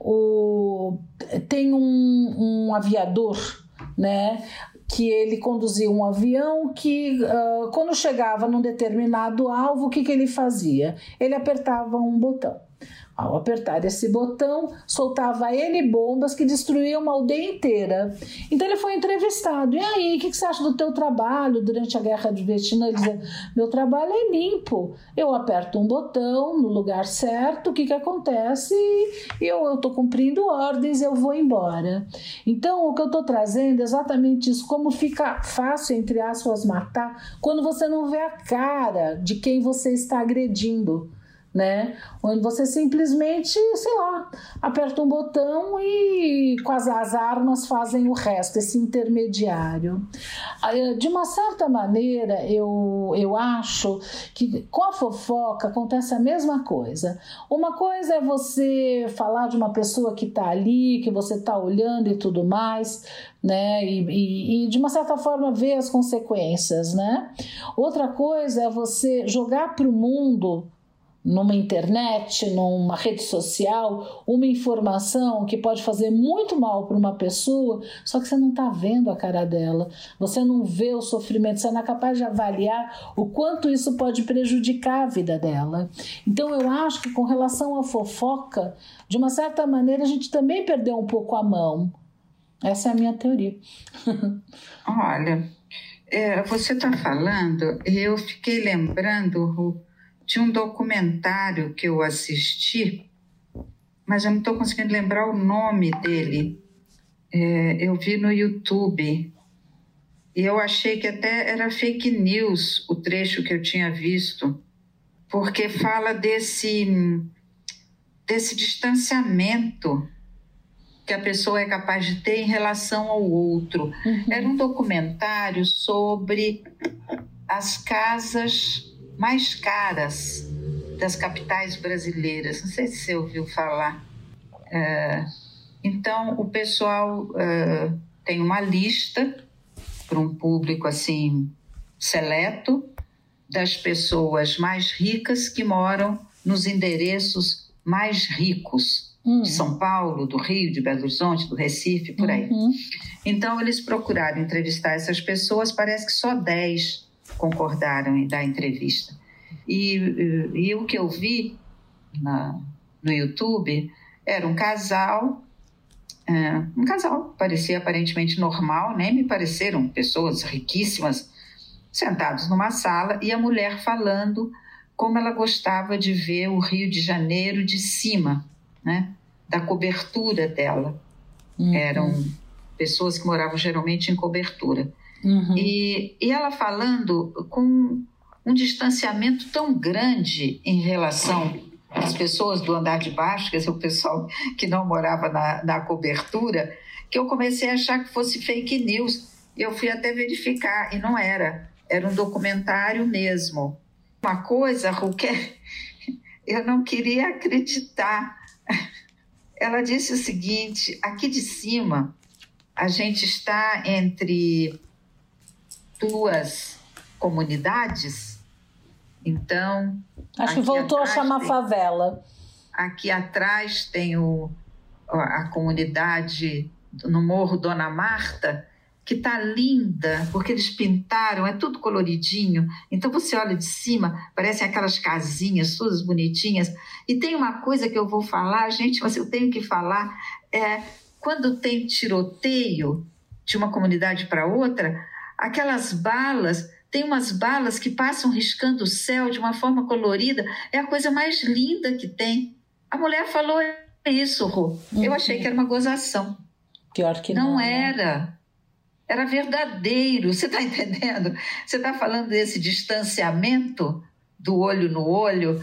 tem um aviador, né, que ele conduzia um avião que, quando chegava num determinado alvo, o que ele fazia? Ele apertava um botão. Ao apertar esse botão, soltava ele bombas que destruíam uma aldeia inteira. Então ele foi entrevistado. E aí, o que você acha do teu trabalho durante a guerra do Vietnã? Ele dizia, meu trabalho é limpo. Eu aperto um botão no lugar certo, o que acontece? Eu estou cumprindo ordens, eu vou embora. Então, o que eu estou trazendo é exatamente isso, como fica fácil, entre aspas, matar, quando você não vê a cara de quem você está agredindo, né? Onde você simplesmente, sei lá, aperta um botão e com as armas fazem o resto, esse intermediário. De uma certa maneira, eu acho que com a fofoca acontece a mesma coisa. Uma coisa é você falar de uma pessoa que está ali, que você está olhando e tudo mais, né? E de uma certa forma ver as consequências, né? Outra coisa é você jogar para o mundo, numa internet, numa rede social, uma informação que pode fazer muito mal para uma pessoa, só que você não está vendo a cara dela, você não vê o sofrimento, você não é capaz de avaliar o quanto isso pode prejudicar a vida dela. Então eu acho que com relação à fofoca, de uma certa maneira a gente também perdeu um pouco a mão. Essa é a minha teoria. Olha, você está falando, eu fiquei lembrando de um documentário que eu assisti, mas eu não estou conseguindo lembrar o nome dele. Eu vi no YouTube e eu achei que até era fake news o trecho que eu tinha visto, porque fala desse distanciamento que a pessoa é capaz de ter em relação ao outro. Era um documentário sobre as casas mais caras das capitais brasileiras. Não sei se você ouviu falar. Então, o pessoal tem uma lista para um público assim seleto das pessoas mais ricas que moram nos endereços mais ricos de São Paulo, do Rio, de Belo Horizonte, do Recife, por aí. Então, eles procuraram entrevistar essas pessoas, parece que só 10 concordaram em dar entrevista. E o que eu vi no YouTube era um casal, parecia aparentemente normal, nem me pareceram pessoas riquíssimas, sentados numa sala, e a mulher falando como ela gostava de ver o Rio de Janeiro de cima, né, da cobertura dela. Eram pessoas que moravam geralmente em cobertura. E ela falando com um distanciamento tão grande em relação às pessoas do andar de baixo, quer dizer, o pessoal que não morava na cobertura, que eu comecei a achar que fosse fake news. E eu fui até verificar, e não era. Era um documentário mesmo. Uma coisa, Ruquer, eu não queria acreditar. Ela disse o seguinte: aqui de cima, a gente está entre duas comunidades, então... Acho que voltou a chamar favela. Aqui atrás tem a comunidade no Morro Dona Marta, que está linda, porque eles pintaram, é tudo coloridinho. Então você olha de cima, parecem aquelas casinhas todas bonitinhas. E tem uma coisa que eu vou falar, gente, mas eu tenho que falar, quando tem tiroteio de uma comunidade para outra, aquelas balas, tem umas balas que passam riscando o céu de uma forma colorida, é a coisa mais linda que tem. A mulher falou isso, Rô. Eu achei que era uma gozação. Pior que não. Não era. Era verdadeiro, você está entendendo? Você está falando desse distanciamento do olho no olho.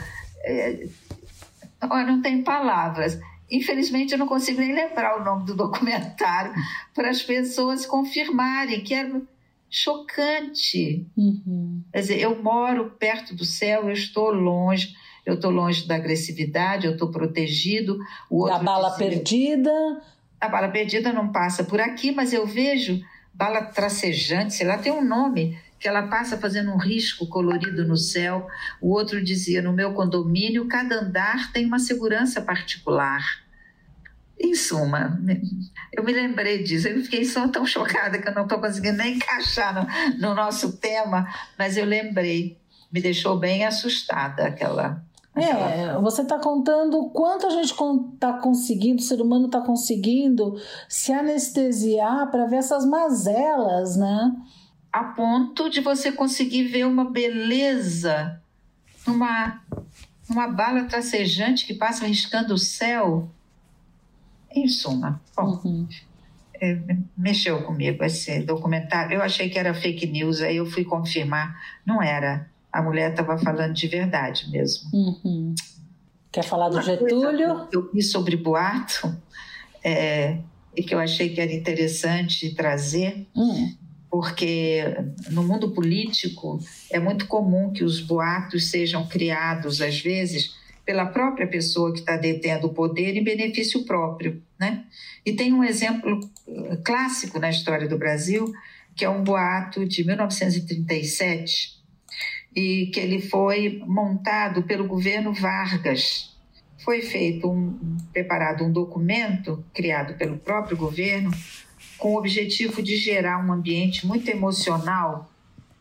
Não tem palavras. Infelizmente, eu não consigo nem lembrar o nome do documentário para as pessoas confirmarem que era chocante. Quer dizer, eu moro perto do céu, eu estou longe da agressividade, eu estou protegido. Da bala perdida? A bala perdida não passa por aqui, mas eu vejo bala tracejante, sei lá, tem um nome, que ela passa fazendo um risco colorido no céu. O outro dizia, no meu condomínio, cada andar tem uma segurança particular. Em suma, eu me lembrei disso, eu fiquei só tão chocada que eu não estou conseguindo nem encaixar no nosso tema, mas eu lembrei, me deixou bem assustada aquela... Você está contando o quanto a gente está conseguindo, o ser humano está conseguindo se anestesiar para ver essas mazelas, né? A ponto de você conseguir ver uma beleza numa bala tracejante que passa riscando o céu. Em suma, bom, mexeu comigo esse documentário. Eu achei que era fake news, aí eu fui confirmar, não era. A mulher estava falando de verdade mesmo. Quer falar do Getúlio? Eu vi sobre boato, e que eu achei que era interessante trazer, porque no mundo político é muito comum que os boatos sejam criados, às vezes, pela própria pessoa que está detendo o poder em benefício próprio, né? E tem um exemplo clássico na história do Brasil, que é um boato de 1937, e que ele foi montado pelo governo Vargas. Foi preparado um documento criado pelo próprio governo com o objetivo de gerar um ambiente muito emocional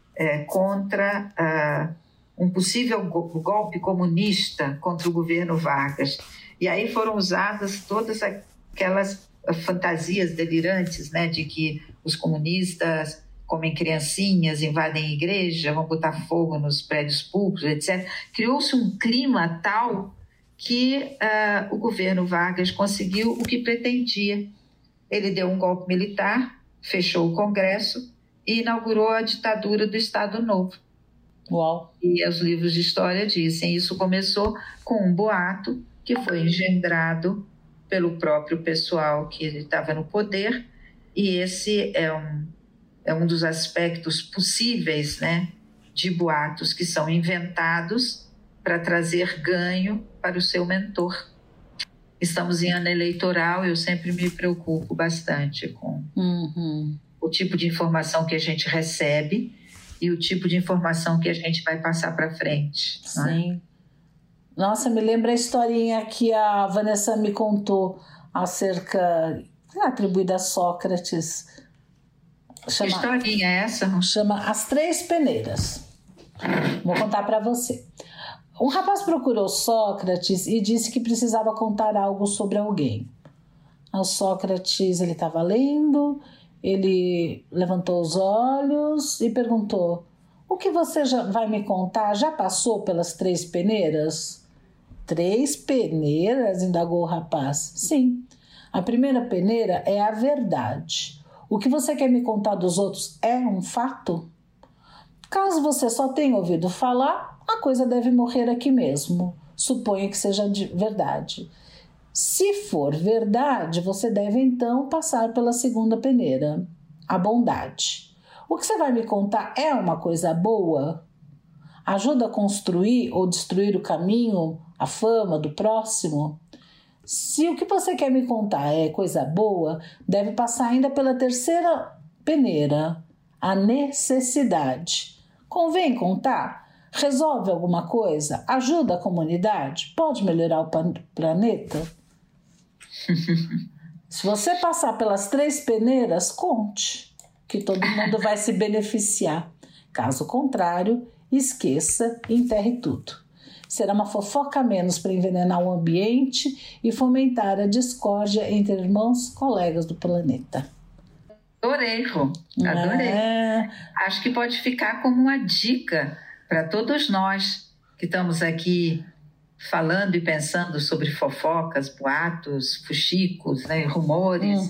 contra um possível golpe comunista contra o governo Vargas. E aí foram usadas todas aquelas fantasias delirantes, né, de que os comunistas comem criancinhas, invadem a igreja, vão botar fogo nos prédios públicos, etc. Criou-se um clima tal que o governo Vargas conseguiu o que pretendia. Ele deu um golpe militar, fechou o Congresso e inaugurou a ditadura do Estado Novo. Uau. E os livros de história dizem, isso começou com um boato que foi engendrado pelo próprio pessoal que estava no poder, e esse é um dos aspectos possíveis, né, de boatos que são inventados para trazer ganho para o seu mentor. Estamos em ano eleitoral, eu sempre me preocupo bastante com o tipo de informação que a gente recebe e o tipo de informação que a gente vai passar para frente. Sim. Né? Nossa, me lembra a historinha que a Vanessa me contou acerca, atribuída a Sócrates. Que historinha é essa? Chama As Três Peneiras. Vou contar para você. Um rapaz procurou Sócrates e disse que precisava contar algo sobre alguém. O Sócrates, ele estava lendo, ele levantou os olhos e perguntou: o que você vai me contar já passou pelas três peneiras? 3 peneiras? Indagou o rapaz. Sim. A primeira peneira é a verdade. O que você quer me contar dos outros é um fato? Caso você só tenha ouvido falar, a coisa deve morrer aqui mesmo. Suponha que seja de verdade. Se for verdade, você deve então passar pela segunda peneira, a bondade. O que você vai me contar é uma coisa boa? Ajuda a construir ou destruir o caminho, a fama do próximo? Se o que você quer me contar é coisa boa, deve passar ainda pela terceira peneira, a necessidade. Convém contar? Resolve alguma coisa? Ajuda a comunidade? Pode melhorar o planeta? Se você passar pelas 3 peneiras, conte, que todo mundo vai se beneficiar. Caso contrário, esqueça e enterre tudo. Será uma fofoca a menos para envenenar o ambiente e fomentar a discórdia entre irmãos, colegas do planeta. Adorei, Rô. Adorei. Acho que pode ficar como uma dica para todos nós que estamos aqui falando e pensando sobre fofocas, boatos, fuxicos, né, rumores.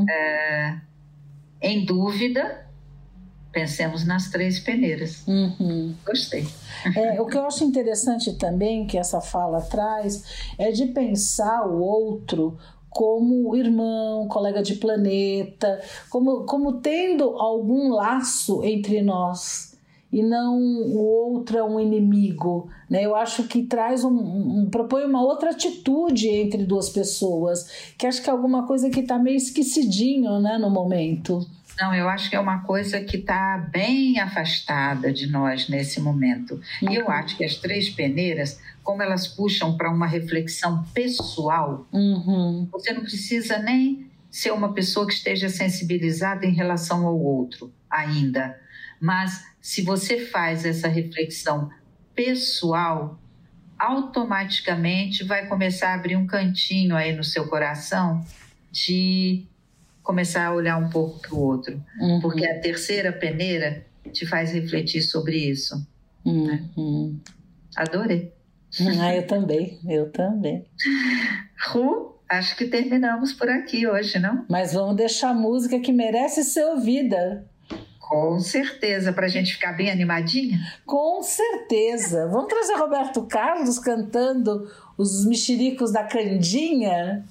Em dúvida, pensemos nas 3 peneiras. Gostei. O que eu acho interessante também que essa fala traz é de pensar o outro como irmão, colega de planeta, como tendo algum laço entre nós e não o outro é um inimigo, né? Eu acho que traz propõe uma outra atitude entre 2 pessoas, que acho que é alguma coisa que está meio esquecidinho, né, no momento. Não, eu acho que é uma coisa que está bem afastada de nós nesse momento. E eu acho que as 3 peneiras, como elas puxam para uma reflexão pessoal, você não precisa nem ser uma pessoa que esteja sensibilizada em relação ao outro ainda. Mas se você faz essa reflexão pessoal, automaticamente vai começar a abrir um cantinho aí no seu coração de começar a olhar um pouco para o outro. Porque a terceira peneira te faz refletir sobre isso. Né? Adorei. Eu também. Ru, acho que terminamos por aqui hoje, não? Mas vamos deixar a música que merece ser ouvida. Com certeza, para a gente ficar bem animadinha? Com certeza. Vamos trazer Roberto Carlos cantando Os Mexericos da Candinha?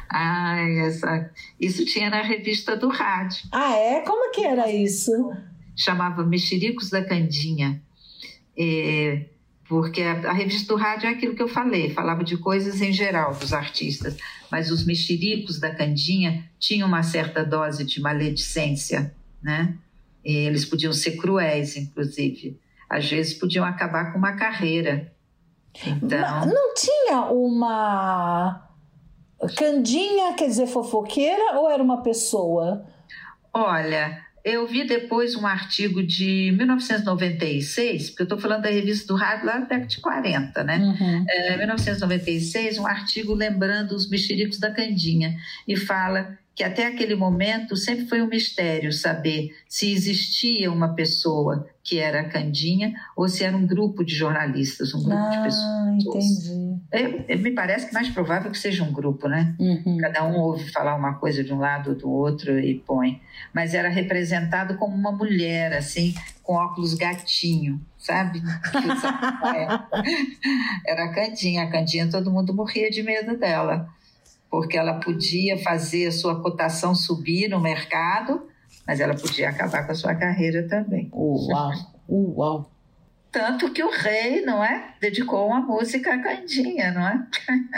Isso tinha na revista do rádio. Ah, é? Como que era isso? Chamava Mexericos da Candinha. Porque a revista do rádio é aquilo que eu falei, falava de coisas em geral dos artistas, mas os mexericos da Candinha tinham uma certa dose de maledicência, né? Eles podiam ser cruéis, inclusive. Às vezes podiam acabar com uma carreira. Então... Não tinha uma... Candinha quer dizer fofoqueira ou era uma pessoa? Olha, eu vi depois um artigo de 1996, porque eu estou falando da revista do rádio lá da década de 40, né? 1996, um artigo lembrando os mexericos da Candinha, e fala que até aquele momento sempre foi um mistério saber se existia uma pessoa que era a Candinha ou se era um grupo de jornalistas, um grupo de pessoas. Entendi. Me parece que mais provável que seja um grupo, né? Cada um ouve falar uma coisa de um lado ou do outro e põe. Mas era representado como uma mulher, assim, com óculos gatinho, sabe? Era a Candinha. A Candinha, todo mundo morria de medo dela, porque ela podia fazer a sua cotação subir no mercado, mas ela podia acabar com a sua carreira também. Uau! Tanto que o rei, não é? Dedicou uma música à Candinha, não é?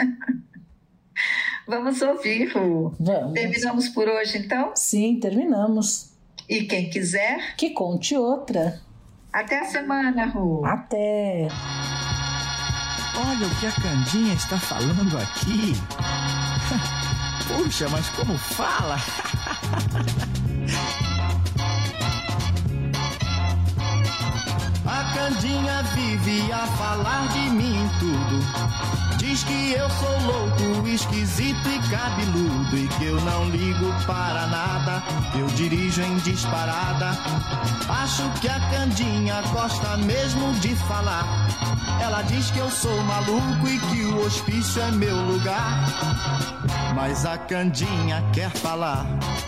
Vamos ouvir, Ru. Vamos. Terminamos por hoje, então? Sim, terminamos. E quem quiser... que conte outra. Até a semana, Ru. Até. Olha o que a Candinha está falando aqui. Puxa, mas como fala? A Candinha vive a falar de mim em tudo. Diz que eu sou louco, esquisito e cabeludo, e que eu não ligo para nada, eu dirijo em disparada. Acho que a Candinha gosta mesmo de falar. Ela diz que eu sou maluco e que o hospício é meu lugar. Mas a Candinha quer falar.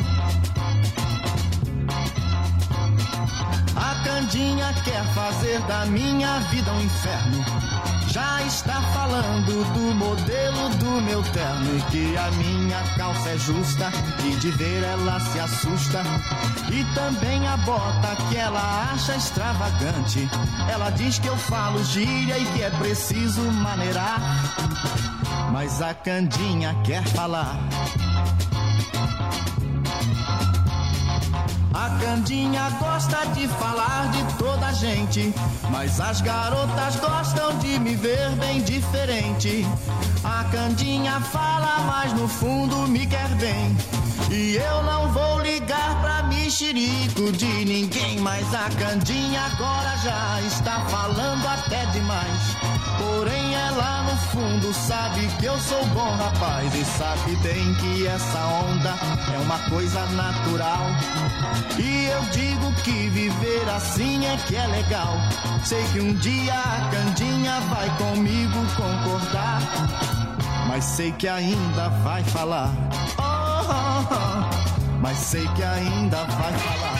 A Candinha quer fazer da minha vida um inferno. Já está falando do modelo do meu terno, e que a minha calça é justa, e de ver ela se assusta. E também a bota que ela acha extravagante. Ela diz que eu falo gíria e que é preciso maneirar. Mas a Candinha quer falar. A Candinha gosta de falar de toda a gente, mas as garotas gostam de me ver bem diferente. A Candinha fala, mas no fundo me quer bem. E eu não vou ligar pra mexerico de ninguém. Mas a Candinha agora já está falando até demais. Porém ela no fundo sabe que eu sou bom rapaz, e sabe bem que essa onda é uma coisa natural. E eu digo que viver assim é que é legal. Sei que um dia a Candinha vai comigo concordar, mas sei que ainda vai falar. Oh, oh, oh. Mas sei que ainda vai falar.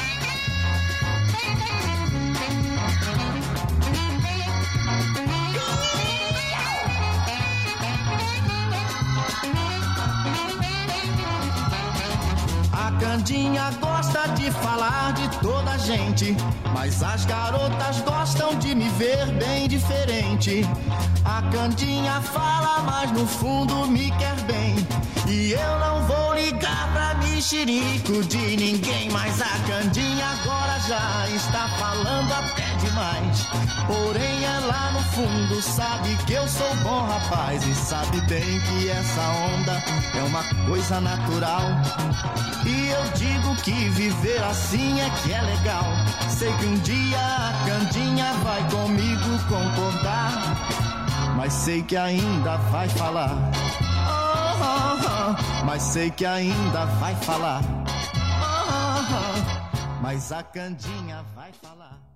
A Candinha gosta de falar de toda a gente, mas as garotas gostam de me ver bem diferente. A Candinha fala, mas no fundo me quer bem. E eu não vou ligar pra mexerico de ninguém. Mas a Candinha agora já está falando até demais. Porém ela no fundo sabe que eu sou bom rapaz, e sabe bem que essa onda é uma coisa natural. E eu digo que viver assim é que é legal. Sei que um dia a Candinha vai comigo concordar, mas sei que ainda vai falar. Oh, oh, oh. Mas sei que ainda vai falar. Oh, oh, oh. Mas a Candinha vai falar.